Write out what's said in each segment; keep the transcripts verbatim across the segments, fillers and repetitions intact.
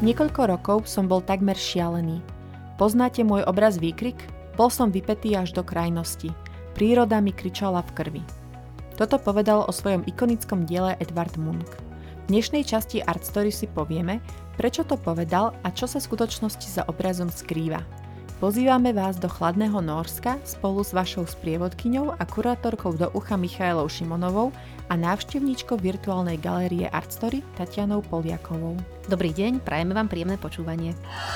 Niekoľko rokov som bol takmer šialený. Poznáte môj obraz Výkrik? Bol som vypätý až do krajnosti. Príroda mi kričala v krvi. Toto povedal o svojom ikonickom diele Edvard Munch. V dnešnej časti Art Story si povieme, prečo to povedal a čo sa v skutočnosti za obrazom skrýva. Pozývame vás do chladného Nórska spolu s vašou sprievodkyňou a kurátorkou do ucha Michaelou Šimonovou a návštevníčkou virtuálnej galérie Art Story Tatianou Poliakovou. Dobrý deň, prajeme vám príjemné počúvanie.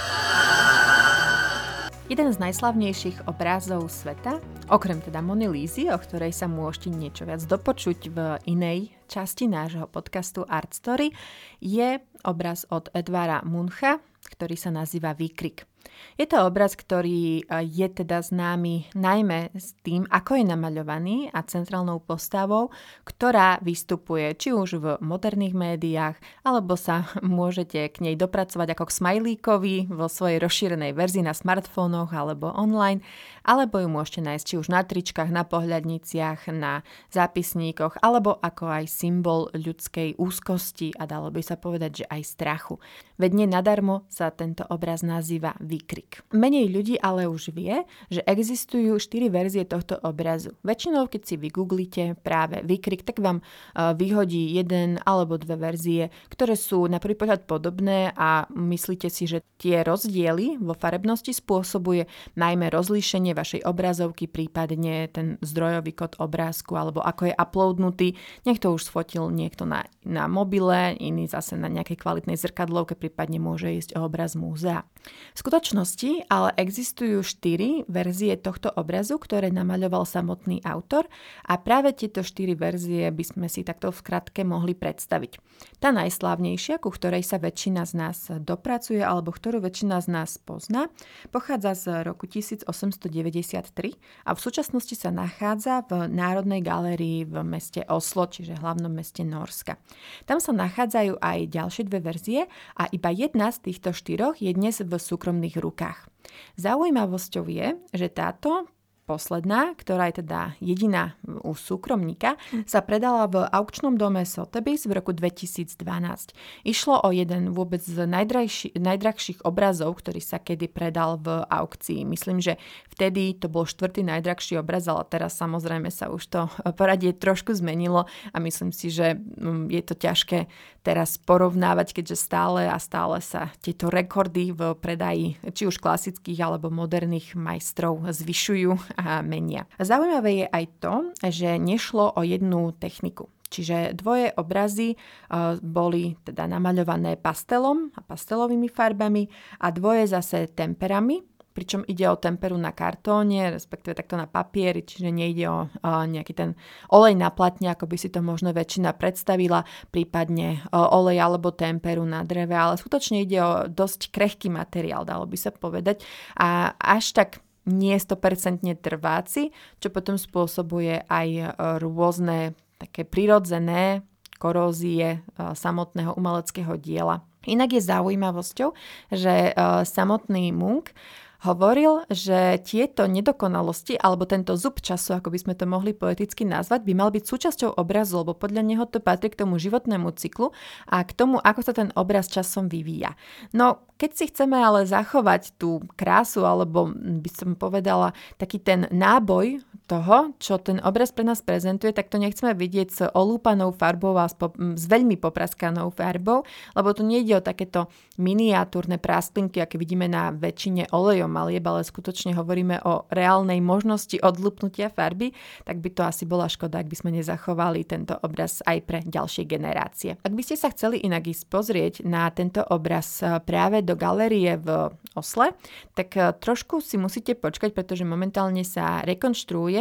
Jeden z najslavnejších obrázov sveta, okrem teda Mony Lízy, o ktorej sa môžete niečo viac dopočuť v inej časti nášho podcastu Art Story, je obraz od Edvarda Muncha, ktorý sa nazýva Výkrik. Je to obraz, ktorý je teda známy najmä s tým, ako je namaľovaný a centrálnou postavou, ktorá vystupuje či už v moderných médiách, alebo sa môžete k nej dopracovať ako k smajlíkovi vo svojej rozšírenej verzii na smartfónoch alebo online, alebo ju môžete nájsť či už na tričkách, na pohľadniciach, na zápisníkoch, alebo ako aj symbol ľudskej úzkosti a dalo by sa povedať, že aj strachu. Veď nie nadarmo sa tento obraz nazýva Výkrik. Menej ľudí ale už vie, že existujú štyri verzie tohto obrazu. Väčšinou, keď si vygooglite práve Výkrik, tak vám uh, vyhodí jeden alebo dve verzie, ktoré sú na prvý pohľad podobné a myslíte si, že tie rozdiely vo farebnosti spôsobuje najmä rozlíšenie vašej obrazovky, prípadne ten zdrojový kód obrázku alebo ako je uploadnutý. Niekto už sfotil niekto na, na mobile, iný zase na nejakej kvalitnej zrkadlovke, prípadne môže ísť o obraz múzea. V skutočnosti ale existujú štyri verzie tohto obrazu, ktoré namaľoval samotný autor a práve tieto štyri verzie by sme si takto v skratke mohli predstaviť. Tá najslávnejšia, ku ktorej sa väčšina z nás dopracuje alebo ktorú väčšina z nás pozná, pochádza z roku tisícosemstodeväťdesiattri a v súčasnosti sa nachádza v Národnej galérii v meste Oslo, čiže hlavnom meste Nórska. Tam sa nachádzajú aj ďalšie dve verzie a iba jedna z týchto štyroch je dnes v súkromných rukách. Zaujímavosťou je, že táto posledná, ktorá je teda jediná u súkromníka, sa predala v aukčnom dome Sotheby's v roku dvetisícdvanásť. Išlo o jeden vôbec z najdrahší, najdrahších obrazov, ktorý sa kedy predal v aukcii. Myslím, že vtedy to bol štvrtý najdrahší obraz, ale teraz samozrejme sa už to poradie trošku zmenilo a myslím si, že je to ťažké teraz porovnávať, keďže stále a stále sa tieto rekordy v predaji či už klasických alebo moderných majstrov zvyšujú a menia. Zaujímavé je aj to, že nešlo o jednu techniku. Čiže dvoje obrazy uh, boli teda namaľované pastelom a pastelovými farbami a dvoje zase temperami, pričom ide o temperu na kartóne, respektíve takto na papieri, čiže nejde o uh, nejaký ten olej na platne, ako by si to možno väčšina predstavila, prípadne uh, olej alebo temperu na dreve, ale skutočne ide o dosť krehký materiál, dalo by sa povedať. A až tak nie sto percent trváci, čo potom spôsobuje aj rôzne také prirodzené korózie samotného umeleckého diela. Inak je zaujímavosťou, že samotný Munch hovoril, že tieto nedokonalosti alebo tento zub času, ako by sme to mohli poeticky nazvať, by mal byť súčasťou obrazu, lebo podľa neho to patrí k tomu životnému cyklu a k tomu, ako sa ten obraz časom vyvíja. No, keď si chceme ale zachovať tú krásu, alebo by som povedala taký ten náboj toho, čo ten obraz pre nás prezentuje, tak to nechceme vidieť s olúpanou farbou a s, po, s veľmi popraskanou farbou, lebo tu nejde o takéto miniatúrne prásklinky, aké vidíme na väčšine olejov malieb, ale skutočne hovoríme o reálnej možnosti odlupnutia farby, tak by to asi bola škoda, ak by sme nezachovali tento obraz aj pre ďalšie generácie. Ak by ste sa chceli inak ísť pozrieť na tento obraz práve do galérie v Osle, tak trošku si musíte počkať, pretože momentálne sa rekonštruuje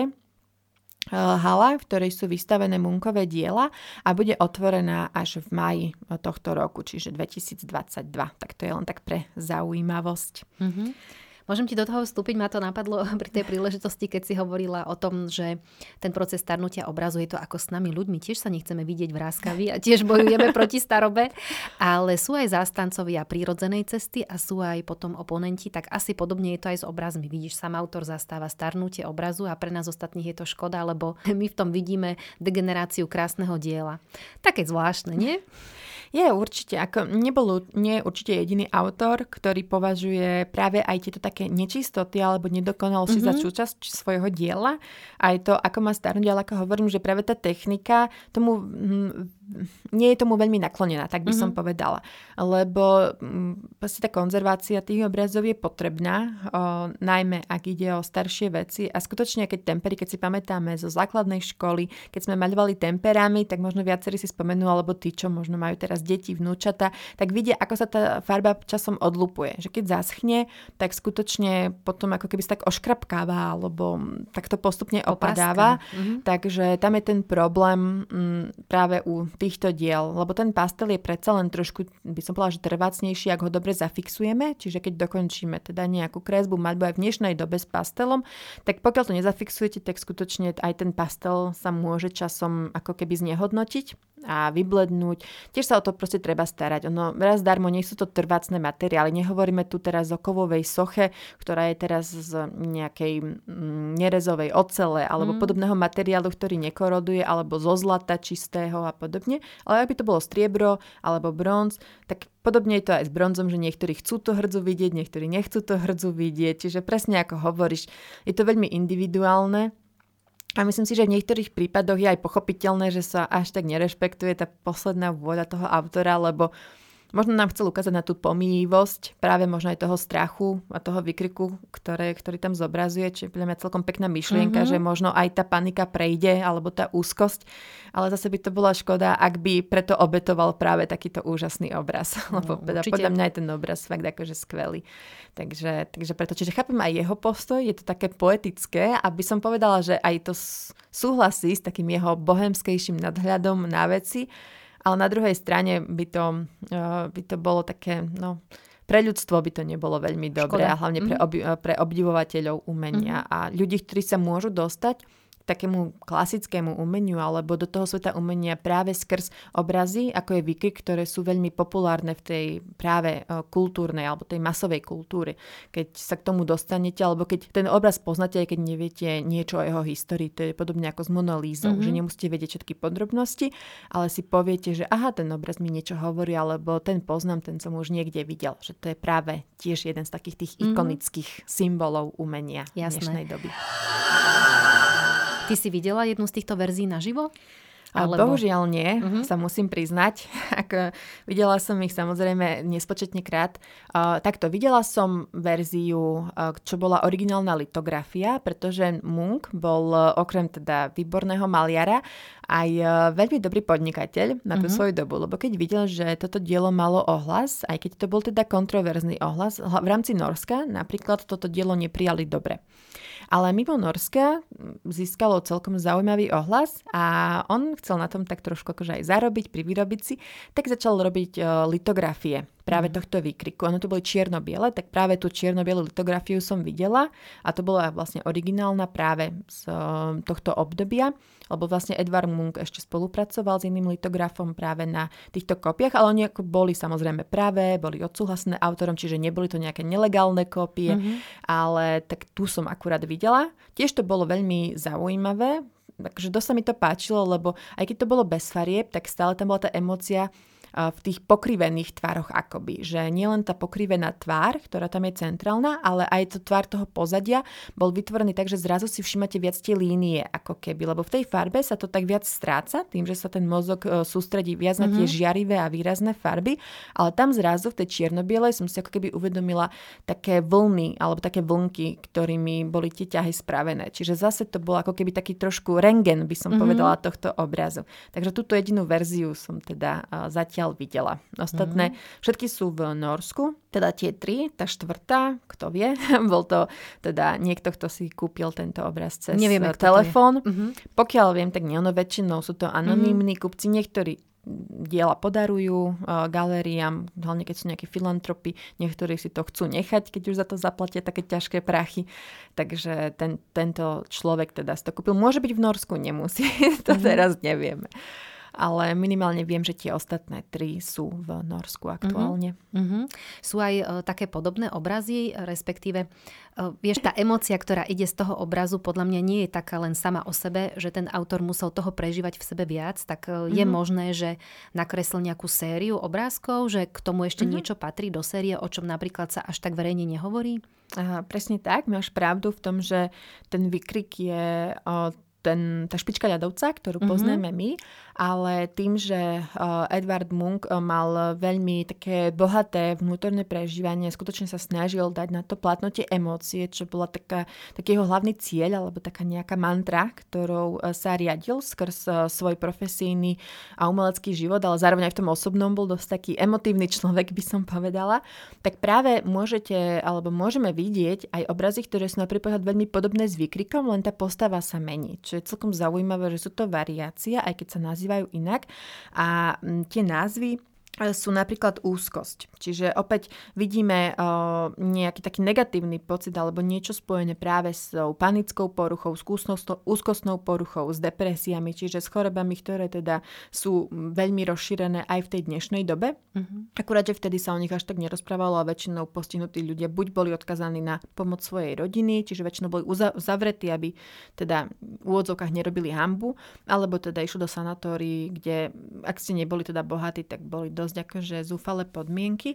hala, v ktorej sú vystavené Munchové diela a bude otvorená až v máji tohto roku, čiže dvetisícdvadsaťdva. Tak to je len tak pre zaujímavosť. Mm-hmm. Môžem ti do toho vstúpiť? Ma to napadlo pri tej príležitosti, keď si hovorila o tom, že ten proces starnutia obrazu je to ako s nami ľuďmi. Tiež sa nechceme vidieť vráskaví a tiež bojujeme proti starobe, ale sú aj zástancovia prírodzenej cesty a sú aj potom oponenti, tak asi podobne je to aj s obrazmi. Vidíš, sám autor zastáva starnutie obrazu a pre nás ostatných je to škoda, lebo my v tom vidíme degeneráciu krásneho diela. Také zvláštne, nie? Je určite, ako nebol, nie je určite jediný autor, ktorý považuje práve aj tieto také nečistoty alebo nedokonalosti mm-hmm. za súčasť svojho diela. Aj to, ako má starnúť, ale ako hovorím, že práve tá technika tomu hm, nie je tomu veľmi naklonená, tak by mm-hmm. som povedala. Lebo hm, proste tá konzervácia tých obrazov je potrebná, o, najmä ak ide o staršie veci. A skutočne, keď tempery, keď si pamätáme zo základnej školy, keď sme maľovali temperami, tak možno viacerí si spomenú, alebo tí, čo možno majú teraz deti, vnúčata, tak vidia, ako sa tá farba časom odlupuje. Že keď zaschne, tak skutočne potom ako keby sa tak oškrapkáva, alebo tak to postupne opadáva. Mm-hmm. Takže tam je ten problém m, práve u týchto diel, lebo ten pastel je predsa len trošku, by som povedala, že trvácnejší, ak ho dobre zafixujeme, čiže keď dokončíme teda nejakú kresbu, maľbu aj v dnešnej dobe s pastelom, tak pokiaľ to nezafixujete, tak skutočne aj ten pastel sa môže časom ako keby znehodnotiť a vyblednúť. Tiež sa o to proste treba starať. Ono raz darmo nie sú to trvácne materiály. Nehovoríme tu teraz o kovovej soche, ktorá je teraz z nejakej mm, nerezovej ocele alebo mm. podobného materiálu, ktorý nekoroduje, alebo zo zlata čistého a podobne. Ale ak by to bolo striebro alebo bronz, tak podobne je to aj s bronzom, že niektorí chcú to hrdzu vidieť, niektorí nechcú to hrdzu vidieť. Čiže presne ako hovoríš, je to veľmi individuálne. A myslím si, že v niektorých prípadoch je aj pochopiteľné, že sa až tak nerešpektuje tá posledná vôľa toho autora, lebo možno nám chcel ukázať na tú pomývosť, práve možno aj toho strachu a toho vykriku, ktoré, ktorý tam zobrazuje, čiže podľa mňa celkom pekná myšlienka, mm-hmm. že možno aj tá panika prejde, alebo tá úzkosť, ale zase by to bola škoda, ak by preto obetoval práve takýto úžasný obraz, no, lebo podľa mňa je ten obraz fakt akože skvelý. Takže, takže preto, čiže chápem aj jeho postoj, je to také poetické, aby som povedala, že aj to súhlasí s takým jeho bohemskejším nadhľadom na veci, ale na druhej strane by to, uh, by to bolo také, no, pre ľudstvo by to nebolo veľmi dobré a hlavne pre, obi- pre obdivovateľov umenia mm-hmm. a ľudí, ktorí sa môžu dostať takému klasickému umeniu alebo do toho sveta umenia práve skrz obrazy, ako je výkrik, ktoré sú veľmi populárne v tej práve kultúrnej alebo tej masovej kultúre. Keď sa k tomu dostanete, alebo keď ten obraz poznáte, aj keď neviete niečo o jeho histórii, to je podobne ako s Monou Lízou, mm-hmm. že nemusíte vedieť všetky podrobnosti, ale si poviete, že aha, ten obraz mi niečo hovorí, alebo ten poznám, ten som už niekde videl. Že to je práve tiež jeden z takých tých mm-hmm. ikonických symbolov umenia Jasné. dnešnej doby. Ty si videla jednu z týchto verzií naživo? Alebo... Bohužiaľ nie, uh-huh. sa musím priznať. Ako, videla som ich samozrejme nespočetne krát. Uh, takto, videla som verziu, uh, čo bola originálna litografia, pretože Munch bol uh, okrem teda výborného maliara aj uh, veľmi dobrý podnikateľ na tú uh-huh. svoju dobu. Lebo keď videl, že toto dielo malo ohlas, aj keď to bol teda kontroverzný ohlas, v rámci Norska napríklad toto dielo neprijali dobre. Ale mimo Norska získalo celkom zaujímavý ohlas a on chcel na tom tak trošku akože aj zarobiť, privyrobiť si, tak začal robiť uh, litografie práve mm. tohto výkriku. Ono to boli čierno-biele, tak práve tú čierno-bielu litografiu som videla a to bola vlastne originálna práve z uh, tohto obdobia, lebo vlastne Edvard Munch ešte spolupracoval s iným litografom práve na týchto kópiach, ale oni ako boli samozrejme práve, boli odsúhlasené autorom, čiže neboli to nejaké nelegálne kópie, mm-hmm. ale tak tu som akurát videla. Tiež to bolo veľmi zaujímavé, takže dosť sa mi to páčilo, lebo aj keď to bolo bez farieb, tak stále tam bola tá emócia v tých pokrivených tvároch akoby. Že nielen tá pokrivená tvár, ktorá tam je centrálna, ale aj to tvár toho pozadia bol vytvorený tak, že zrazu si všimate viac tie línie ako keby, lebo v tej farbe sa to tak viac stráca, tým, že sa ten mozog sústredí viac mm-hmm. na tie žiarivé a výrazné farby, ale tam zrazu v tej čierno-bielej som si ako keby uvedomila také vlny, alebo také vlnky, ktorými boli tie ťahy spravené. Čiže zase to bolo ako keby taký trošku rentgen, by som mm-hmm. povedala, tohto obrazu. Takže túto jedinú verziu som teda uh, zatiaľ videla. Ostatné, mm. všetky sú v Norsku, teda tie tri, tá štvrtá, kto vie, bol to teda niekto, kto si kúpil tento obraz cez Nevieme, telefón. Mm-hmm. Pokiaľ viem, tak nie ono väčšinou sú to anonymní mm-hmm. kupci, niektorí diela podarujú galériám, hlavne keď sú nejaké filantropy, niektorí si to chcú nechať, keď už za to zaplatia také ťažké prachy. Takže ten, tento človek teda si to kúpil. Môže byť v Norsku, nemusí, to mm-hmm. teraz nevieme. Ale minimálne viem, že tie ostatné tri sú v Norsku aktuálne. Mm-hmm. Sú aj uh, také podobné obrazy, respektíve uh, vieš, tá emócia, ktorá ide z toho obrazu, podľa mňa nie je taká len sama o sebe, že ten autor musel toho prežívať v sebe viac, tak uh, je mm-hmm. možné, že nakreslil nejakú sériu obrázkov, že k tomu ešte mm-hmm. niečo patrí do série, o čom napríklad sa až tak verejne nehovorí? Aha, presne tak, máš pravdu v tom, že ten výkrik je uh, ten, tá špička ľadovca, ktorú mm-hmm. poznáme my, ale tým, že uh, Edvard Munch uh, mal veľmi také bohaté vnútorné prežívanie, skutočne sa snažil dať na to plátno tie emócie, čo bola taká, taký jeho hlavný cieľ, alebo taká nejaká mantra, ktorou uh, sa riadil skrz uh, svoj profesijný a umelecký život, ale zároveň aj v tom osobnom bol dosť taký emotívny človek, by som povedala. Tak práve môžete, alebo môžeme vidieť aj obrazy, ktoré sú napríklad veľmi podobné s výkrikom, len tá postava sa mení. Čo je celkom zaujímavé, že sú to variácie, aj keď sa nazývajú inak. A tie názvy sú napríklad úzkosť. Čiže opäť vidíme uh, nejaký taký negatívny pocit alebo niečo spojené práve s panickou poruchou, s úzkostnou poruchou, s depresiami, čiže s chorobami, ktoré teda sú veľmi rozšírené aj v tej dnešnej dobe. Uh-huh. Akurát, že vtedy sa o nich až tak nerozprávalo a väčšinou postihnutí ľudia buď boli odkazaní na pomoc svojej rodiny, čiže väčšinou boli uzavretí, aby teda v úvodzovkách nerobili hanbu, alebo teda išli do sanatórií, kde ak ste neboli teda bohatí, tak boli dosť akože zúfale podmienky,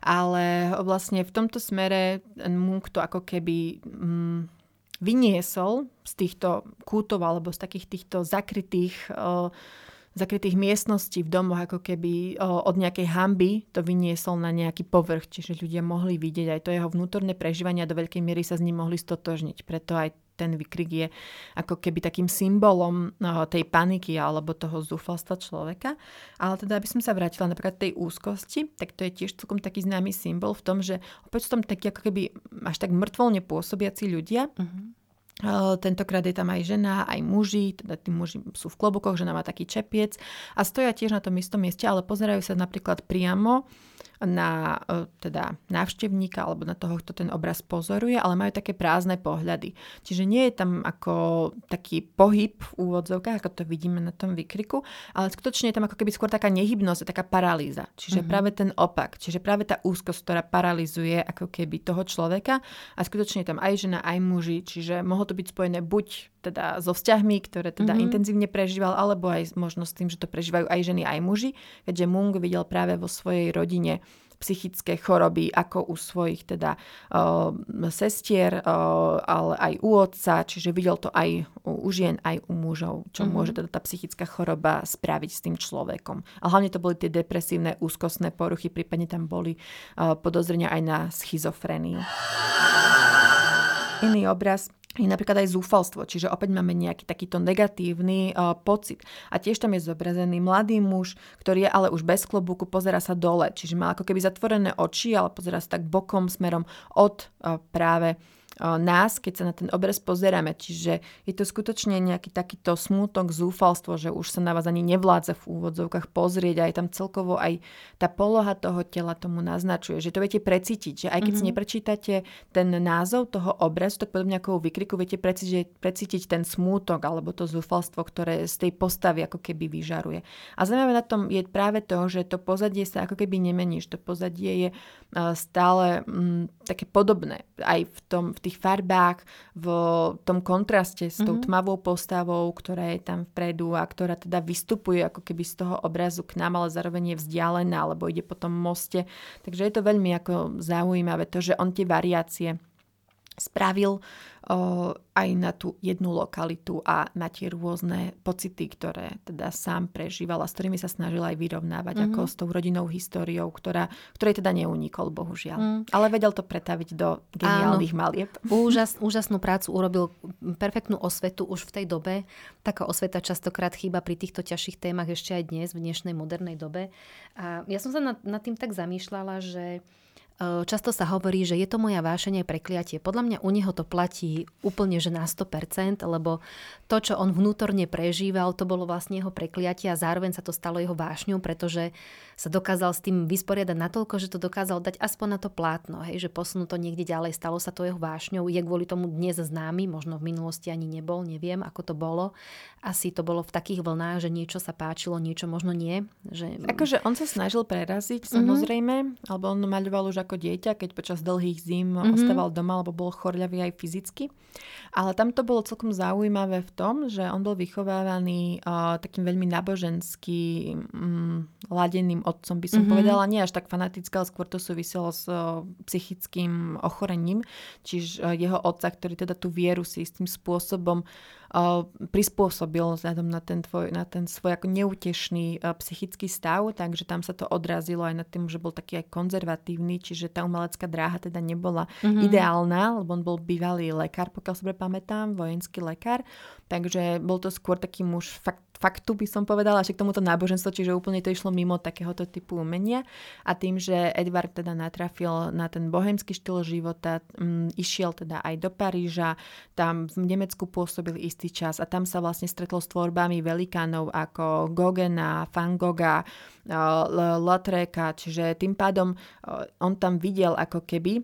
ale vlastne v tomto smere Munch to ako keby mm, vyniesol z týchto kútov alebo z takých týchto zakrytých uh, zakrytých miestností v domoch, ako keby uh, od nejakej hanby to vyniesol na nejaký povrch, čiže ľudia mohli vidieť aj to jeho vnútorné prežívanie a do veľkej miery sa s ním mohli stotožniť. Preto aj ten výkrik je ako keby takým symbolom uh, tej paniky alebo toho zúfalstva človeka. Ale teda, aby som sa vrátila napríklad tej úzkosti, tak to je tiež celkom taký známy symbol v tom, že opäť sú tam takí ako keby až tak mŕtvolne pôsobiaci ľudia. Uh-huh. Uh, tentokrát je tam aj žena, aj muži, teda tí muži sú v klobukoch, žena má taký čepiec a stoja tiež na tom istom mieste, ale pozerajú sa napríklad priamo na uh, teda návštevníka alebo na toho, kto ten obraz pozoruje, ale majú také prázdne pohľady. Čiže nie je tam ako taký pohyb v úvodzovkách, ako to vidíme na tom výkriku, ale skutočne je tam ako keby skôr taká nehybnosť, taká paralýza. Čiže uh-huh. práve ten opak, čiže práve tá úzkosť, ktorá paralizuje ako keby toho človeka a skutočne je tam aj žena, aj muži, čiže mohlo to byť spojené buď teda so vzťahmi, ktoré teda mm-hmm. intenzívne prežíval, alebo aj možno s tým, že to prežívajú aj ženy, aj muži, keďže Munch videl práve vo svojej rodine psychické choroby, ako u svojich teda uh, sestier, uh, ale aj u otca, čiže videl to aj u, u žien, aj u mužov, čo mm-hmm. môže teda tá psychická choroba spraviť s tým človekom. A hlavne to boli tie depresívne, úzkostné poruchy, prípadne tam boli uh, podozrenia aj na schizofréniu. Iný obraz je napríklad aj zúfalstvo, čiže opäť máme nejaký takýto negatívny uh, pocit. A tiež tam je zobrazený mladý muž, ktorý je ale už bez klobúku, pozerá sa dole, čiže má ako keby zatvorené oči, ale pozerá sa tak bokom smerom od uh, práve nás, keď sa na ten obraz pozeráme. Čiže je to skutočne nejaký takýto smútok, zúfalstvo, že už sa na vás ani nevládze v úvodzovkách pozrieť a aj tam celkovo aj tá poloha toho tela tomu naznačuje, že to viete precítiť, že aj keď mm-hmm. si neprečítate ten názov toho obrazu, tak podobne ako u výkriku viete precítiť, precítiť ten smútok alebo to zúfalstvo, ktoré z tej postavy ako keby vyžaruje. A zaujímavé na tom je práve to, že to pozadie sa ako keby nemení, že to pozadie je stále mm, také podobné aj v tom, v tých farbách, v tom kontraste s tou mm-hmm. tmavou postavou, ktorá je tam vpredu a ktorá teda vystupuje ako keby z toho obrazu k nám, ale zároveň je vzdialená, alebo ide po tom moste. Takže je to veľmi ako zaujímavé to, že on tie variácie spravil o, aj na tú jednu lokalitu a na tie rôzne pocity, ktoré teda sám prežíval a s ktorými sa snažil aj vyrovnávať mm-hmm. ako s tou rodinnou históriou, ktorá, ktorej teda neunikol, bohužiaľ. Mm. Ale vedel to pretaviť do geniálnych Áno. malieb. Úžas, úžasnú prácu urobil, perfektnú osvetu už v tej dobe. Taká osveta častokrát chýba pri týchto ťažších témach ešte aj dnes, v dnešnej modernej dobe. A ja som sa nad, nad tým tak zamýšľala, že často sa hovorí, že je to moja vášeň aj prekliatie. Podľa mňa u neho to platí úplne, že na sto percent, lebo to, čo on vnútorne prežíval, to bolo vlastne jeho prekliatie a zároveň sa to stalo jeho vášňou, pretože sa dokázal s tým vysporiadať natoľko, že to dokázal dať aspoň na to plátno, hej, že posunú to niekde ďalej, stalo sa to jeho vášňou, je kvôli tomu dnes známy, možno v minulosti ani nebol, neviem, ako to bolo. Asi to bolo v takých vlnách, že niečo sa páčilo, niečo možno nie. Že... Akože on sa snažil preraziť, samozrejme, mm-hmm. alebo on maľoval už ako dieťa, keď počas dlhých zím mm-hmm. ostával doma, alebo bol chorľavý aj fyzicky. Ale tam to bolo celkom zaujímavé v tom, že on bol vychovávaný uh, takým veľmi nábožensky um, ladeným otcom, by som mm-hmm. povedala. Nie až tak fanatické, ale skôr to súviselo s uh, psychickým ochorením. Čiže uh, jeho otca, ktorý teda tú vieru si istým spôsobom uh, prispôsobil vzhľadom na ten, tvoj, na ten svoj ako neútešný uh, psychický stav, takže tam sa to odrazilo aj nad tým, že bol taký aj konzervatívny, čiže tá umelecká dráha teda nebola mm-hmm. ideálna, lebo on bol bývalý lekár, pokiaľ sa pamätám, vojenský lekár, takže bol to skôr taký muž fakt, faktu, by som povedala, že k tomuto náboženstvo, čiže úplne to išlo mimo takéhoto typu umenia a tým, že Edvard teda natrafil na ten bohemský štýl života, um, išiel teda aj do Paríža, tam v Nemecku pôsobil istý čas a tam sa vlastne stretol s tvorbami velikánov ako Gogena, Van Gogha, uh, Lautréka, čiže tým pádom uh, on tam videl ako keby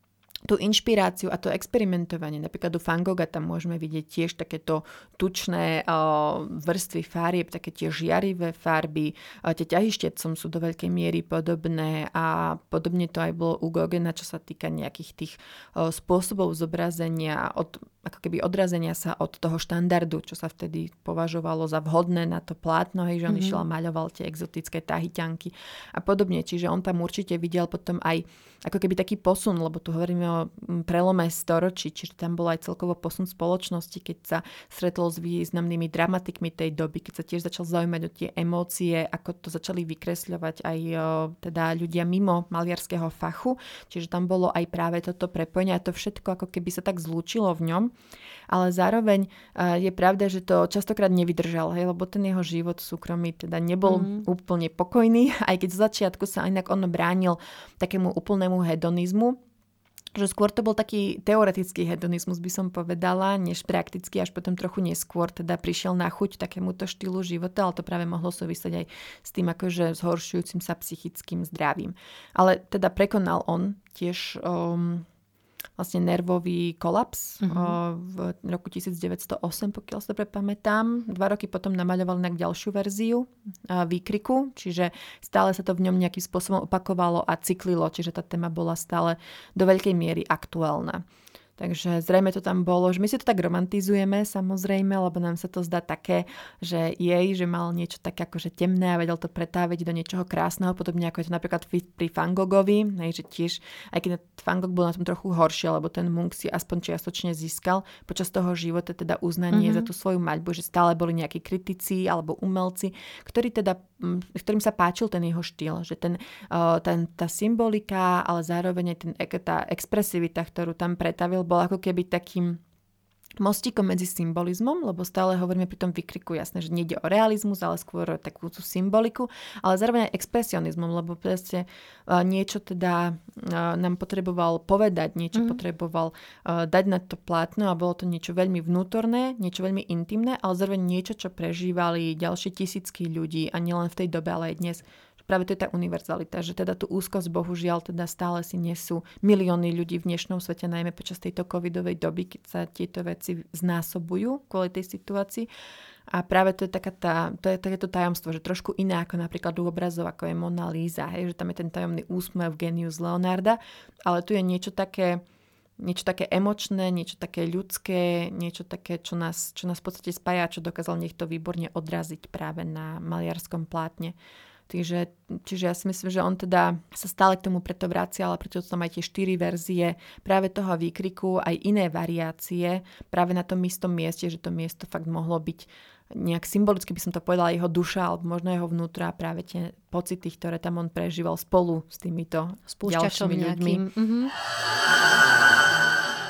tú inšpiráciu a to experimentovanie. Napríklad u Van Gogha tam môžeme vidieť tiež takéto tučné uh, vrstvy farieb, také tie žiarivé farby. Uh, tie ťahyštiecom sú do veľkej miery podobné a podobne to aj bolo u Gogena, čo sa týka nejakých tých uh, spôsobov zobrazenia, od, ako keby odrazenia sa od toho štandardu, čo sa vtedy považovalo za vhodné na to plátno, hej, že on mm-hmm. išiel a maľoval tie exotické tahyťanky a podobne. Čiže on tam určite videl potom aj ako keby taký posun, lebo tu hovoríme o prelome storočí, čiže tam bol aj celkovo posun spoločnosti, keď sa stretol s významnými dramatikmi tej doby, keď sa tiež začal zaujímať o tie emócie, ako to začali vykresľovať aj o, teda ľudia mimo maliarského fachu, čiže tam bolo aj práve toto prepojenie a to všetko ako keby sa tak zlúčilo v ňom, ale zároveň uh, je pravda, že to častokrát nevydržal, hej, lebo ten jeho život súkromný teda nebol mm. úplne pokojný, aj keď z začiatku sa inak on bránil takému úplnému hedonizmu, že skôr to bol taký teoretický hedonizmus, by som povedala, než prakticky, až potom trochu neskôr teda prišiel na chuť takémuto štýlu života, ale to práve mohlo súvisieť aj s tým akože zhoršujúcim sa psychickým zdravím. Ale teda prekonal on tiež um, vlastne nervový kolaps uh-huh. uh, v roku devätnásť osem, pokiaľ sa dobre pamätám. Dva roky potom namaľoval na ďalšiu verziu uh, výkriku, čiže stále sa to v ňom nejakým spôsobom opakovalo a cyklilo, čiže tá téma bola stále do veľkej miery aktuálna. Takže zrejme to tam bolo, že my si to tak romantizujeme samozrejme, lebo nám sa to zdá také, že jej, že mal niečo také akože temné a vedel to pretáviť do niečoho krásneho, podobne ako je to napríklad pri Van Goghovi, že tiež, aj keď Van Gogh bol na tom trochu horšie, lebo ten Munch si aspoň čiastočne získal počas toho života teda uznanie mm-hmm. za tú svoju maľbu, že stále boli nejakí kritici alebo umelci, ktorí teda, ktorým sa páčil ten jeho štýl, že ten, ten, tá symbolika, ale zároveň aj ten, tá expresivita, ktorú tam pretavil, bol ako keby takým mostíkom medzi symbolizmom, lebo stále hovoríme pri tom výkriku, jasné, že nejde o realizmus, ale skôr o takú tú symboliku, ale zároveň aj expresionizmom, lebo proste uh, niečo teda uh, nám potreboval povedať, niečo mm. potreboval uh, dať na to plátno a bolo to niečo veľmi vnútorné, niečo veľmi intimné, ale zároveň niečo, čo prežívali ďalšie tisícky ľudí a nielen v tej dobe, ale aj dnes. Práve to je tá univerzalita, že teda tú úzkosť bohužiaľ teda stále si nesú milióny ľudí v dnešnom svete, najmä počas tejto covidovej doby, keď sa tieto veci znásobujú kvôli tej situácii. A práve to je taká tá, to je takéto tajomstvo, že trošku iné ako napríklad u obrazov, ako je Mona Lisa, hej, že tam je ten tajomný úsmev genius Leonarda, ale tu je niečo také niečo také emočné, niečo také ľudské, niečo také, čo nás, čo nás v podstate spája, čo dokázal niekto výborne odraziť práve na maliarskom plátne. Čiže, čiže ja si myslím, že on teda sa stále k tomu preto vracia, ale preto sú tam aj tie štyri verzie práve toho výkriku, aj iné variácie práve na tom istom mieste, že to miesto fakt mohlo byť nejak symbolicky, by som to povedala, jeho duša alebo možno jeho vnútra, práve tie pocity, ktoré tam on prežíval spolu s týmito ďalšími ľuďmi. Mm-hmm.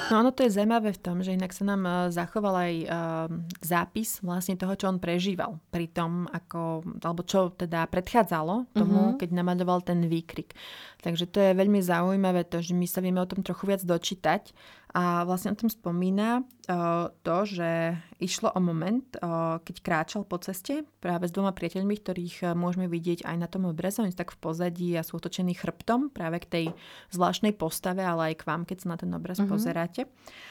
No ono to je zaujímavé v tom, že inak sa nám uh, zachoval aj uh, zápis vlastne toho, čo on prežíval pri tom, ako, alebo čo teda predchádzalo tomu, uh-huh. keď namaľoval ten výkrik. Takže to je veľmi zaujímavé to, že my sa vieme o tom trochu viac dočítať a vlastne o tom spomína uh, to, že išlo o moment, uh, keď kráčal po ceste práve s dvoma priateľmi, ktorých uh, môžeme vidieť aj na tom obraze. Oni sú tak v pozadí a sú otočení chrbtom práve k tej zvláštnej postave, ale aj k vám, keď sa na ten obraz uh-huh. pozeráte.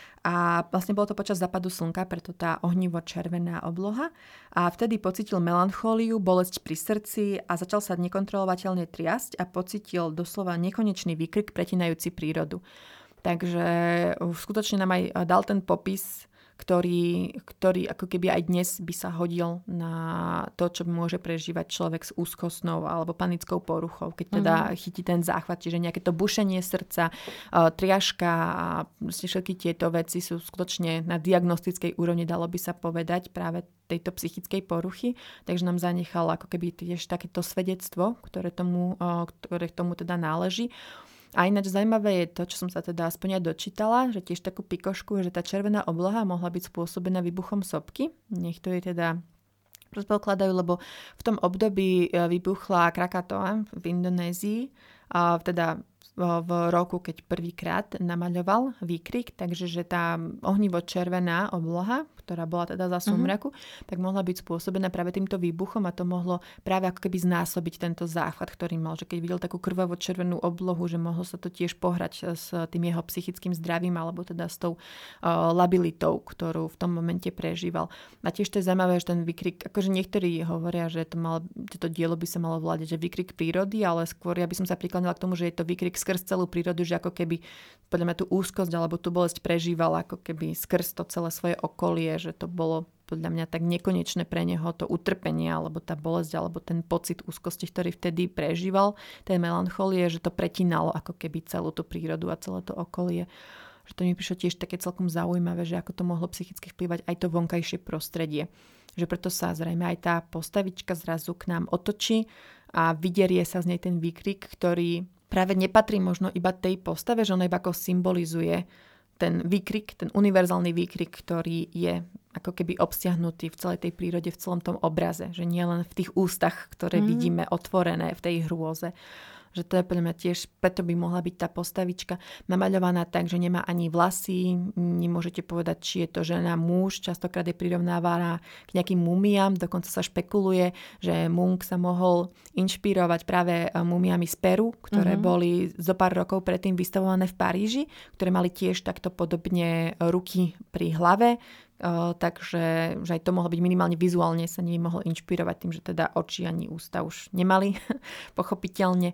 A vlastne bolo to počas západu slnka, preto tá ohnivo-červená obloha. A vtedy pocítil melanchóliu, bolesť pri srdci a začal sa nekontrolovateľne triasť a pocítil doslova nekonečný výkrik pretínajúci prírodu. Takže skutočne nám aj dal ten popis, ktorý, ktorý ako keby aj dnes by sa hodil na to, čo môže prežívať človek s úzkostnou alebo panickou poruchou, keď teda mm. chytí ten záchvat, čiže nejaké to bušenie srdca, triažka a všetky tieto veci sú skutočne na diagnostickej úrovni, dalo by sa povedať, práve tejto psychickej poruchy, takže nám zanechal ako keby tiež takéto svedectvo, ktoré tomu, ktoré k tomu teda náleží. A ináč zaujímavé je to, čo som sa teda aspoň aj dočítala, že tiež takú pikošku, že tá červená obloha mohla byť spôsobená výbuchom sopky. Niektorí teda predpokladajú, lebo v tom období vybuchla Krakatoa v Indonézii, a teda v roku, keď prvýkrát namaľoval výkrik, takže že tá ohnivo-červená obloha, ktorá bola teda za sumraku, mm-hmm. tak mohla byť spôsobená práve týmto výbuchom a to mohlo práve ako keby znásobiť tento záchvat, ktorý mal, že keď videl takú krvavo-červenú oblohu, že mohlo sa to tiež pohrať s tým jeho psychickým zdravím alebo teda s tou uh, labilitou, ktorú v tom momente prežíval. A tiež to je zaujímavé, že ten výkrik, akože niektorí hovoria, že to, mal, to dielo by sa malo volať, že výkrik prírody, ale skôr ja by som sa prikladila k tomu, že je to výkrik skrz celú prírodu, že ako keby podľa mňa tú úzkosť alebo tú bolesť prežívala ako keby skrz to celé svoje okolie, že to bolo podľa mňa tak nekonečné pre neho to utrpenie alebo tá bolesť alebo ten pocit úzkosti, ktorý vtedy prežíval, tej melancholie, že to pretínalo ako keby celú tú prírodu a celé to okolie. Že to mi prišlo tiež také celkom zaujímavé, že ako to mohlo psychicky vplyvať aj to vonkajšie prostredie. Že preto sa zrejme aj tá postavička zrazu k nám otočí a vyderie sa z nej ten výkrik, ktorý práve nepatrí možno iba tej postave, že ona iba ako symbolizuje ten výkrik, ten univerzálny výkrik, ktorý je ako keby obsiahnutý v celej tej prírode, v celom tom obraze. Že nie len v tých ústach, ktoré mm. vidíme otvorené v tej hrôze. Že to je podľa mňa tiež, preto by mohla byť tá postavička namaľovaná tak, že nemá ani vlasy, nemôžete povedať, či je to žena, muž, častokrát je prirovnávaná k nejakým mumiám, dokonca sa špekuluje, že Munch sa mohol inšpirovať práve mumiami z Peru, ktoré mm-hmm. boli zo pár rokov predtým vystavované v Paríži, ktoré mali tiež takto podobne ruky pri hlave, Uh, takže že aj to mohlo byť minimálne vizuálne sa nimi mohlo inšpirovať tým, že teda oči ani ústa už nemali, pochopiteľne,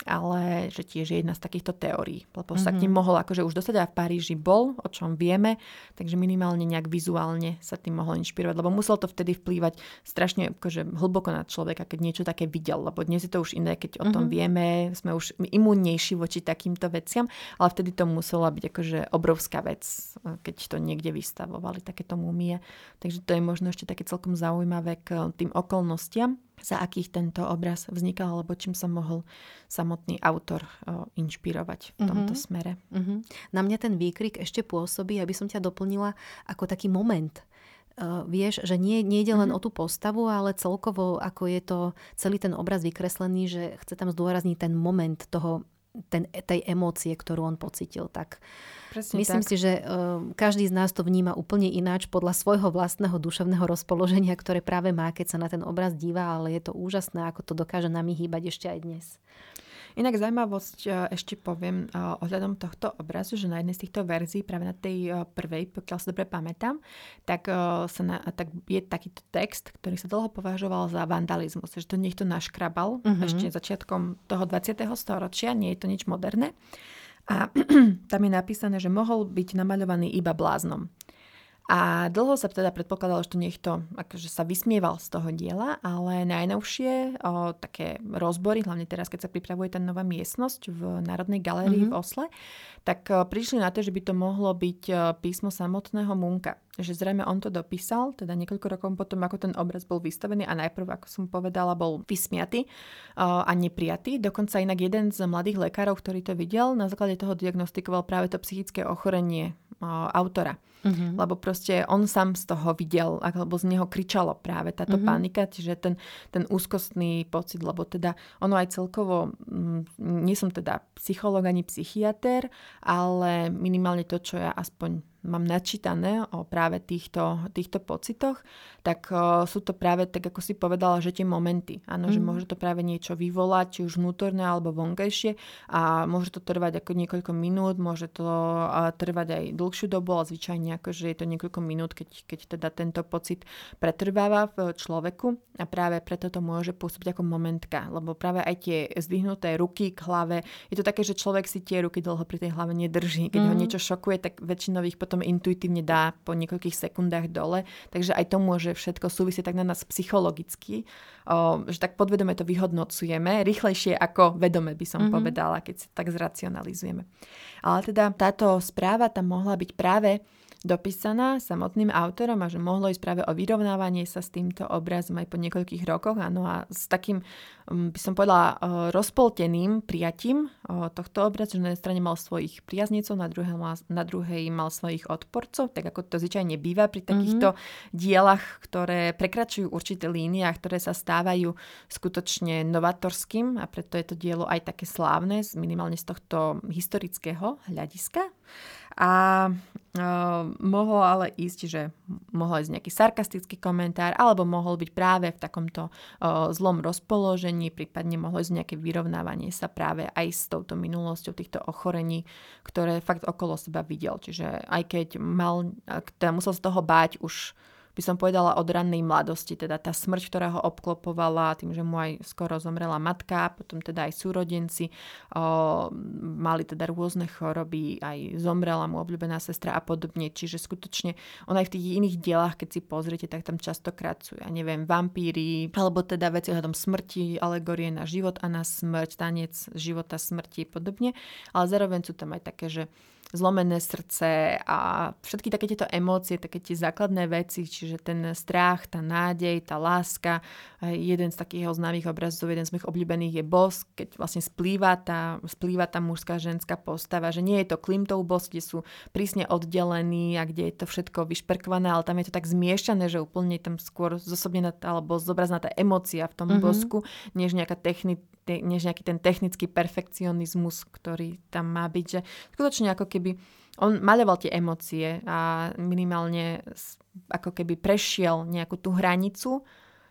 ale že tiež je jedna z takýchto teórií, lebo mm-hmm. sa k ním mohol akože už dostať a v Paríži bol, o čom vieme, takže minimálne nejak vizuálne sa tým mohol inšpirovať, lebo musel to vtedy vplývať strašne akože hlboko na človeka, keď niečo také videl, lebo dnes je to už iné, keď o tom mm-hmm. vieme, sme už imúnnejší voči takýmto veciam, ale vtedy to musela byť akože obrovská vec, keď to niekde vystavovali takéto múmie. Takže to je možno ešte také celkom zaujímavé k tým okolnostiam, za akých tento obraz vznikal, alebo čím sa mohol samotný autor o, inšpirovať v tomto mm-hmm. smere. Mm-hmm. Na mňa ten výkrik ešte pôsobí, aby som ťa doplnila, ako taký moment. Uh, vieš, že nie, nie ide len mm-hmm. o tú postavu, ale celkovo, ako je to celý ten obraz vykreslený, že chce tam zdôrazniť ten moment toho, ten, tej emócie, ktorú on pocítil. Tak Presne myslím tak. si, že uh, každý z nás to vníma úplne ináč podľa svojho vlastného duševného rozpoloženia, ktoré práve má, keď sa na ten obraz díva, ale je to úžasné, ako to dokáže nami hýbať ešte aj dnes. Inak zaujímavosť ešte poviem ohľadom tohto obrazu, že na jednej z týchto verzií, práve na tej prvej, pokiaľ sa dobre pamätám, tak, sa na, tak je takýto text, ktorý sa dlho považoval za vandalizmus, že to niekto naškrabal mm-hmm. ešte začiatkom toho dvadsiateho storočia, nie je to nič moderné. A tam je napísané, že mohol byť namaľovaný iba bláznom. A dlho sa teda predpokladalo, že to niekto akože sa vysmieval z toho diela, ale najnovšie o, také rozbory, hlavne teraz, keď sa pripravuje tá nová miestnosť v Národnej galérii mm-hmm. v Osle, tak o, prišli na to, že by to mohlo byť o, písmo samotného Muncha. že zrejme on to dopísal, teda niekoľko rokov potom, ako ten obraz bol vystavený a najprv, ako som povedala, bol vysmiatý uh, a neprijatý. Dokonca inak jeden z mladých lekárov, ktorý to videl, na základe toho diagnostikoval práve to psychické ochorenie uh, autora. Uh-huh. Lebo proste on sám z toho videl, alebo z neho kričalo práve táto uh-huh. panika, čiže ten, ten úzkostný pocit, lebo teda ono aj celkovo, mm, nie som teda psychológ ani psychiater, ale minimálne to, čo ja aspoň mám načítané o práve týchto, týchto pocitoch, tak o, sú to práve, tak ako si povedala, že tie momenty. Áno, mm. že môže to práve niečo vyvolať, či už vnútorné alebo vonkajšie a môže to trvať ako niekoľko minút, môže to a, trvať aj dlhšiu dobu, ale zvyčajne ako, že je to niekoľko minút, keď, keď teda tento pocit pretrváva v človeku a práve preto to môže pôsobiť ako momentka, lebo práve aj tie zdvihnuté ruky k hlave, je to také, že človek si tie ruky dlho pri tej hlave nedrží. Keď mm. ho niečo šokuje, tak väčšinou ich potom intuitívne dá po niekoľkých sekundách dole. Takže aj to môže všetko súvisieť tak na nás psychologicky, o, že tak podvedome to vyhodnocujeme, rýchlejšie ako vedome by som mm-hmm. povedala, keď si tak zracionalizujeme. Ale teda táto správa tam mohla byť práve dopísaná samotným autorom a že mohlo ísť práve o vyrovnávanie sa s týmto obrazom aj po niekoľkých rokoch. Áno, a s takým, by som povedala, rozpolteným prijatím tohto obrazu, že na jednej strane mal svojich priaznicov, na druhej mal, na druhej mal svojich odporcov, tak ako to zvyčajne býva pri takýchto mm-hmm. dielach, ktoré prekračujú určité línie a ktoré sa stávajú skutočne novatorským a preto je to dielo aj také slávne, minimálne z tohto historického hľadiska. A uh, mohol ale ísť, že mohol ísť nejaký sarkastický komentár, alebo mohol byť práve v takomto uh, zlom rozpoložení, prípadne mohlo ísť nejaké vyrovnávanie sa práve aj s touto minulosťou týchto ochorení, ktoré fakt okolo seba videl. Čiže aj keď mal, teda musel z toho báť už, by som povedala, od rannej mladosti, teda tá smrť, ktorá ho obklopovala, tým, že mu aj skoro zomrela matka, potom teda aj súrodenci, o, mali teda rôzne choroby, aj zomrela mu obľúbená sestra a podobne. Čiže skutočne on aj v tých iných dielách, keď si pozriete, tak tam častokrát sú, ja neviem, vampíry, alebo teda veci ohľadom smrti, alegorie na život a na smrť, tanec života, smrti a podobne. Ale zároveň sú tam aj také, že zlomené srdce a všetky také tieto emócie, také tie základné veci, čiže ten strach, tá nádej, tá láska. Jeden z takých známych obrazov, jeden z mojich obľúbených je bosk, keď vlastne splýva tá, splýva tá mužská ženská postava, že nie je to Klimtov bosk, kde sú prísne oddelení a kde je to všetko vyšperkované, ale tam je to tak zmiešané, že úplne tam skôr zosobnená alebo zobrazená tá emócia v tom mm-hmm. bosku, než nejaká technika, než nejaký ten technický perfekcionizmus, ktorý tam má byť, že skutočne ako keby on maľoval tie emócie a minimálne ako keby prešiel nejakú tú hranicu,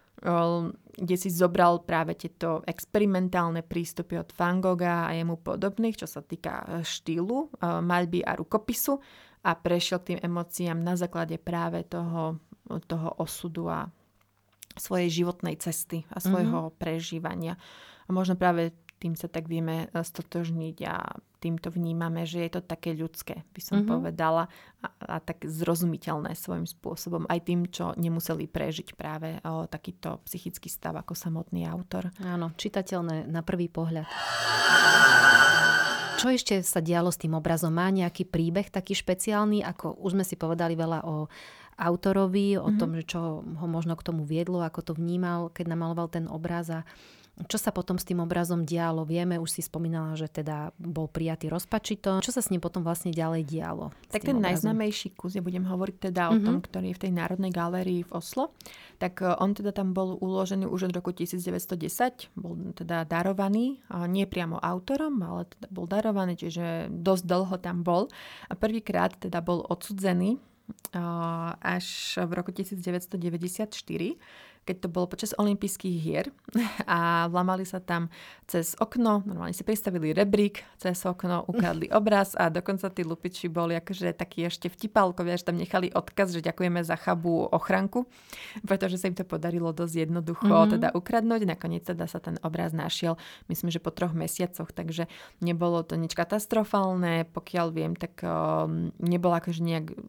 kde si zobral práve tieto experimentálne prístupy od Van Gogha a jemu podobných, čo sa týka štýlu, maľby a rukopisu a prešiel k tým emóciám na základe práve toho, toho osudu a svojej životnej cesty a svojho mm-hmm. prežívania. A možno práve tým sa tak vieme stotožniť a týmto vnímame, že je to také ľudské, by som mm-hmm. povedala, a, a tak zrozumiteľné svojím spôsobom. Aj tým, čo nemuseli prežiť práve o takýto psychický stav ako samotný autor. Áno, čitateľné na prvý pohľad. Čo ešte sa dialo s tým obrazom? Má nejaký príbeh taký špeciálny? Ako už sme si povedali veľa o autorovi, o mm-hmm. tom, že čo ho možno k tomu viedlo, ako to vnímal, keď namaloval ten obraz a čo sa potom s tým obrazom dialo? Vieme, už si spomínala, že teda bol prijatý rozpačito. Čo sa s ním potom vlastne ďalej dialo? Tak ten obrazom? Najznámejší kus, ja budem hovoriť teda mm-hmm. o tom, ktorý je v tej Národnej galérii v Oslo. Tak on teda tam bol uložený už od roku devätnásť desať. Bol teda darovaný, nie priamo autorom, ale teda bol darovaný, čiže dosť dlho tam bol. A prvýkrát teda bol odsudzený až v roku devätnásť deväťdesiatštyri, keď to bolo počas olympijských hier a vlamali sa tam cez okno, normálne si pristavili rebrík cez okno, ukradli obraz a dokonca tí lupiči boli akože takí ešte vtipálkovia, že tam nechali odkaz, že ďakujeme za chabú ochranku, pretože sa im to podarilo dosť jednoducho mm-hmm. teda ukradnúť. Nakoniec teda sa ten obraz našiel, myslím, že po troch mesiacoch, takže nebolo to nič katastrofálne, pokiaľ viem, tak um, nebol akože nejak veľmi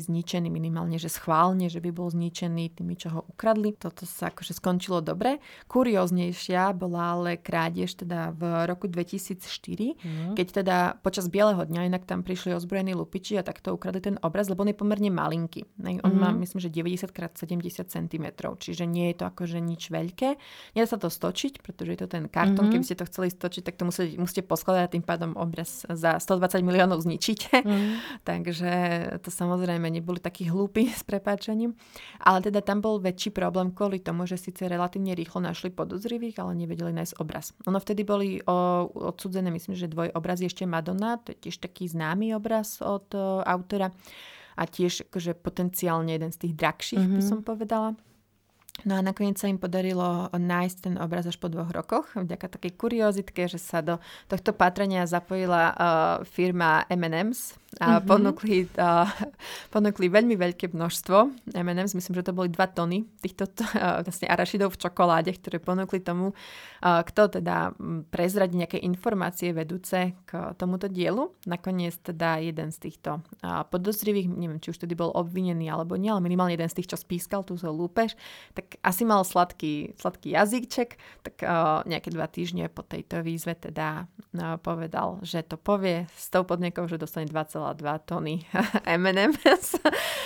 zničený minimálne, že schválne, že by bol zničený tými, čo ho ukradli. Toto sa akože skončilo dobre. Kurióznejšia bola ale krádež teda v roku dvetisícštyri, mm. keď teda počas bieleho dňa inak tam prišli ozbrojení lupiči a takto ukradli ten obraz, lebo on je pomerne malinký. On mm. má, myslím, že deväťdesiat krát sedemdesiat centimetrov, čiže nie je to akože nič veľké. Nedá sa to stočiť, pretože je to ten kartón. Mm. Keby ste to chceli stočiť, tak to musíte, musíte poskladať a tým pádom obraz za stodvadsať miliónov zničíte. Mm. Takže to samozrejme neboli takí hlúpi s prepáčením. Ale teda tam bol väčší problém kvôli tomu, že síce relatívne rýchlo našli podozrivých, ale nevedeli nájsť obraz. Ono vtedy boli o, odsudzené, myslím, že dvoj obraz ešte Madonna, to je tiež taký známy obraz od o, autora a tiež akože potenciálne jeden z tých drahších, mm-hmm. by som povedala. No a nakoniec sa im podarilo nájsť ten obraz až po dvoch rokoch, vďaka takej kuriozitke, že sa do tohto pátrania zapojila uh, firma em and em's a mm-hmm. ponúkli, uh, ponúkli veľmi veľké množstvo em and em's, myslím, že to boli dva tony týchto uh, vlastne arašidov v čokoláde, ktoré ponúkli tomu, uh, kto teda prezradí nejaké informácie vedúce k tomuto dielu. Nakoniec teda jeden z týchto uh, podozrivých, neviem, či už tedy bol obvinený alebo nie, ale minimálne jeden z tých, čo spískal tú lúpež, tak asi mal sladký, sladký jazyček, tak uh, nejaké dva týždne po tejto výzve teda uh, povedal, že to povie s tou podmienkou, že dostane dva celé dva tony em and em's.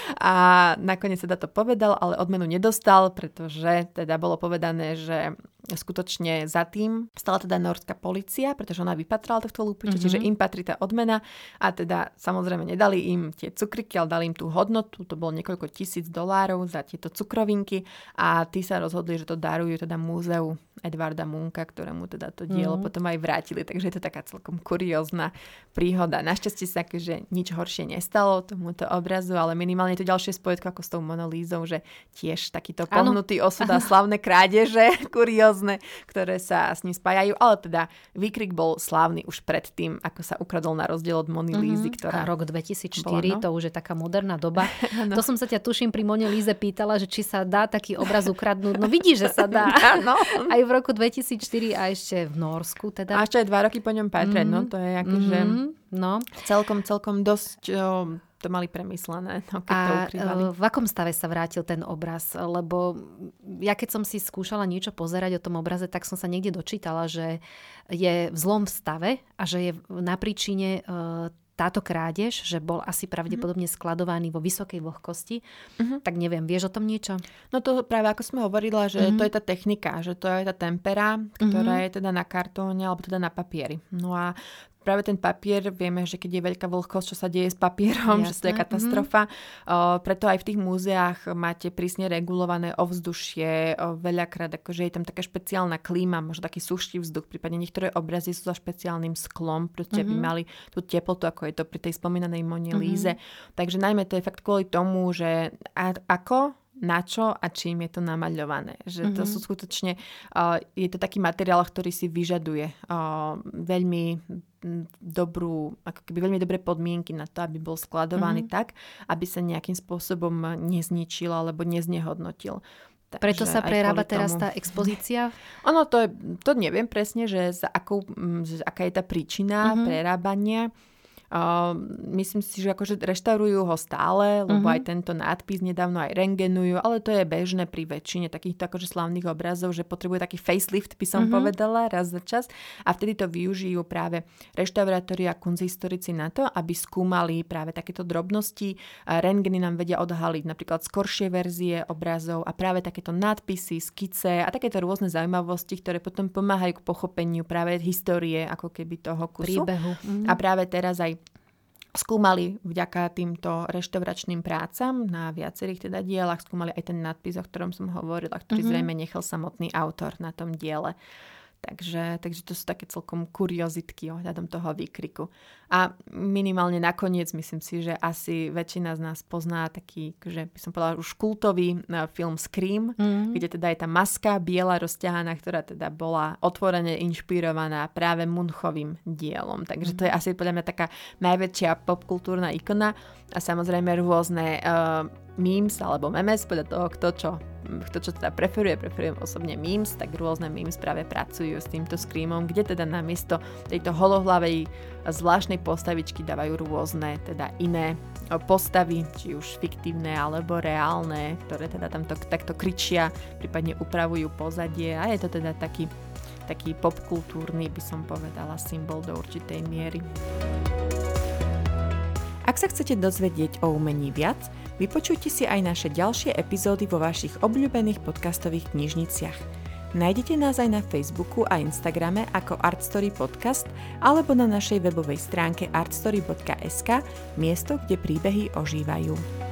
A nakoniec teda to povedal, ale odmenu nedostal, pretože teda bolo povedané, že skutočne za tým stala teda norská polícia, pretože ona vypatrala tohto lúpiča, mm-hmm. čiže im patrí tá odmena a teda samozrejme nedali im tie cukriky, ale dali im tú hodnotu, to bolo niekoľko tisíc dolárov za tieto cukrovinky a tí sa rozhodli, že to darujú teda múzeu Edvarda Muncha, ktorému teda to dielo mm. potom aj vrátili, takže je to taká celkom kuriózna príhoda. Našťastie sa akože nič horšie nestalo tomuto obrazu, ale minimálne to ďalšie spojitko ako s tou Monalízou, že tiež takýto pohnutý osud a slavné krádeže, kuriózne, ktoré sa s ním spájajú, ale teda výkrik bol slávny už predtým, ako sa ukradol na rozdiel od Monalízy, mm-hmm. ktorá... A rok dvetisícštyri, bola, no? To už je taká moderná doba. No. To som sa ťa tuším pri Monalíze pýtala, že či sa dá taký obraz ukradnúť. No vidíš, že sa dá. No. Aj v roku dvetisícštyri a ešte v Norsku teda. A ešte aj dva roky po ňom patrať, mm-hmm. no to je akože mm-hmm. no. celkom, celkom dosť o, to mali premyslené, no, keď a to ukrývali. v akom stave sa vrátil ten obraz? Lebo ja keď som si skúšala niečo pozerať o tom obraze, tak som sa niekde dočítala, že je v zlom stave a že je na príčine uh, táto krádež, že bol asi pravdepodobne skladovaný vo vysokej vlhkosti. Uh-huh. Tak neviem, vieš o tom niečo? No to práve ako sme hovorila, že uh-huh. to je tá technika, že to je tá tempera, ktorá uh-huh. je teda na kartóne alebo teda na papieri. No a práve ten papier, vieme, že keď je veľká vlhkosť, čo sa deje s papierom, Jasné. Že to je katastrofa. Mm-hmm. O, preto aj v tých múzeách máte prísne regulované ovzdušie, o, veľakrát akože je tam taká špeciálna klíma, možno taký sušší vzduch, prípadne niektoré obrazy sú za špeciálnym sklom, pretože mm-hmm. by mali tú teplotu, ako je to pri tej spomínanej Monalíze. Mm-hmm. Takže najmä to je fakt kvôli tomu, že a, ako na čo a čím je to namaľované. Že mm-hmm. to sú skutočne, uh, je to taký materiál, ktorý si vyžaduje uh, veľmi dobrú, ako keby veľmi dobré podmienky na to, aby bol skladovaný mm-hmm. tak, aby sa nejakým spôsobom nezničil alebo neznehodnotil. Takže preto sa prerába teraz tá expozícia? Ono to, je, to neviem presne, že, za akou, že aká je tá príčina mm-hmm. prerábania. Uh, myslím si, že akože reštaurujú ho stále, lebo uh-huh. aj tento nádpis nedávno aj rengenujú, ale to je bežné pri väčšine takýchto akože slávnych obrazov, že potrebuje taký facelift, by som uh-huh. povedala, raz za čas. A vtedy to využijú práve reštaurátori a kunsthistorici na to, aby skúmali práve takéto drobnosti. A rentgeny nám vedia odhaliť napríklad skoršie verzie obrazov a práve takéto nádpisy, skice a takéto rôzne zaujímavosti, ktoré potom pomáhajú k pochopeniu práve histórie ako keby toho kusu. Príbehu. Uh-huh. A práve teraz aj skúmali vďaka týmto reštauračným prácam na viacerých teda dielach, skúmali aj ten nadpis, o ktorom som hovorila, ktorý mm-hmm. zrejme nechal samotný autor na tom diele. Takže, takže to sú také celkom kuriozitky ohľadom toho výkriku. A minimálne nakoniec myslím si, že asi väčšina z nás pozná taký, že by som povedala už kultový film Scream, mm-hmm. kde teda je tá maska biela rozťahaná, ktorá teda bola otvorene inšpirovaná práve Munchovým dielom. Takže to je asi podľa mňa taká najväčšia popkultúrna ikona a samozrejme rôzne uh, memes alebo memes, podľa toho, kto čo kto čo teda preferuje, preferujem osobne memes, tak rôzne memes práve pracujú s týmto screamom, kde teda namiesto tejto holohlavej zvláštnej postavičky dávajú rôzne teda iné postavy, či už fiktívne alebo reálne, ktoré teda tamto takto kričia, prípadne upravujú pozadie a je to teda taký, taký popkultúrny, by som povedala, symbol do určitej miery. Ak sa chcete dozvedieť o umení viac, vypočujte si aj naše ďalšie epizódy vo vašich obľúbených podcastových knižniciach. Nájdete nás aj na Facebooku a Instagrame ako Artstory Podcast alebo na našej webovej stránke artstory bodka es ká, miesto, kde príbehy ožívajú.